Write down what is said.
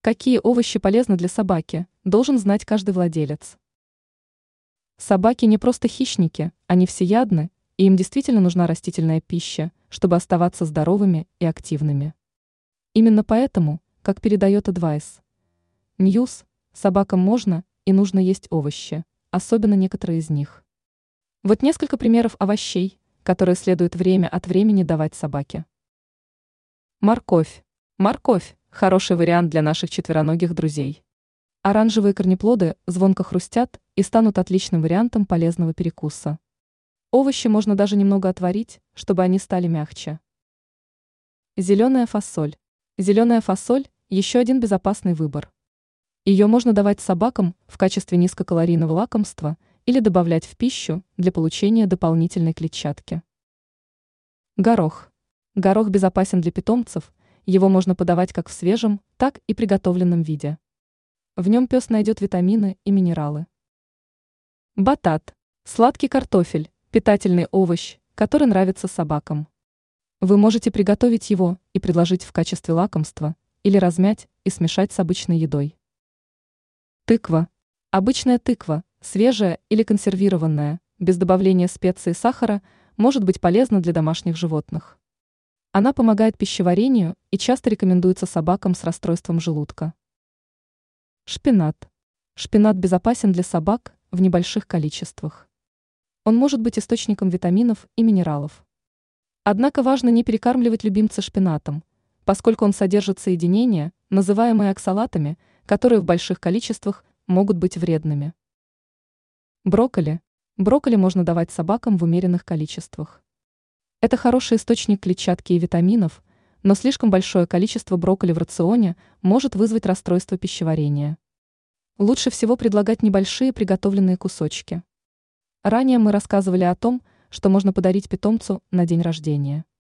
Какие овощи полезны для собаки, должен знать каждый владелец. Собаки не просто хищники, они всеядны, и им действительно нужна растительная пища, чтобы оставаться здоровыми и активными. Именно поэтому, как передает Advice News, собакам можно и нужно есть овощи, особенно некоторые из них. Вот несколько примеров овощей, которые следует время от времени давать собаке. Морковь. Морковь – хороший вариант для наших четвероногих друзей. Оранжевые корнеплоды звонко хрустят и станут отличным вариантом полезного перекуса. Овощи можно даже немного отварить, чтобы они стали мягче. Зеленая фасоль. Зеленая фасоль – еще один безопасный выбор. Ее можно давать собакам в качестве низкокалорийного лакомства или добавлять в пищу для получения дополнительной клетчатки. Горох. Горох безопасен для питомцев, его можно подавать как в свежем, так и приготовленном виде. В нем пес найдет витамины и минералы. Батат. Сладкий картофель, питательный овощ, который нравится собакам. Вы можете приготовить его и предложить в качестве лакомства, или размять и смешать с обычной едой. Тыква. Обычная тыква, свежая или консервированная, без добавления специй и сахара, может быть полезна для домашних животных. Она помогает пищеварению и часто рекомендуется собакам с расстройством желудка. Шпинат. Шпинат безопасен для собак в небольших количествах. Он может быть источником витаминов и минералов. Однако важно не перекармливать любимца шпинатом, поскольку он содержит соединения, называемые оксалатами, которые в больших количествах могут быть вредными. Брокколи. Брокколи можно давать собакам в умеренных количествах. Это хороший источник клетчатки и витаминов, но слишком большое количество брокколи в рационе может вызвать расстройство пищеварения. Лучше всего предлагать небольшие приготовленные кусочки. Ранее мы рассказывали о том, что можно подарить питомцу на день рождения.